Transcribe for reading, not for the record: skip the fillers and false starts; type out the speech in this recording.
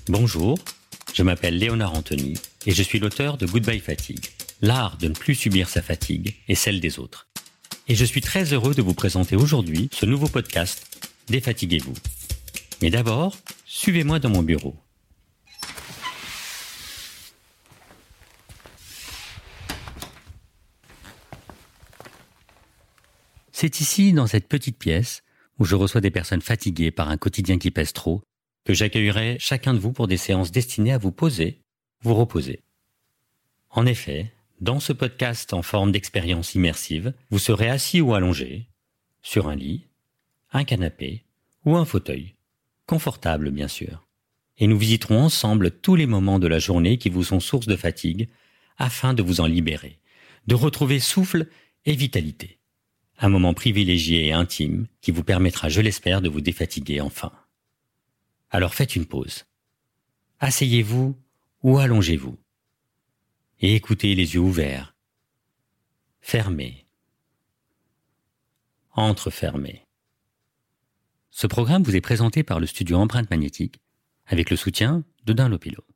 Bonjour, je m'appelle Léonard Anthony et je suis l'auteur de Goodbye Fatigue, l'art de ne plus subir sa fatigue et celle des autres. Et je suis très heureux de vous présenter aujourd'hui ce nouveau podcast, Défatiguez-vous. Mais d'abord, suivez-moi dans mon bureau. C'est ici, dans cette petite pièce, où je reçois des personnes fatiguées par un quotidien qui pèse trop, que j'accueillerai chacun de vous pour des séances destinées à vous poser, vous reposer. En effet, dans ce podcast en forme d'expérience immersive, vous serez assis ou allongé, sur un lit, un canapé ou un fauteuil, confortable bien sûr. Et nous visiterons ensemble tous les moments de la journée qui vous sont source de fatigue, afin de vous en libérer, de retrouver souffle et vitalité. Un moment privilégié et intime qui vous permettra, je l'espère, de vous défatiguer enfin. Alors faites une pause. Asseyez-vous ou allongez-vous. Et écoutez les yeux ouverts. Fermés. Entrefermés. Ce programme vous est présenté par le studio Empreinte Magnétique avec le soutien de Dunlopillo.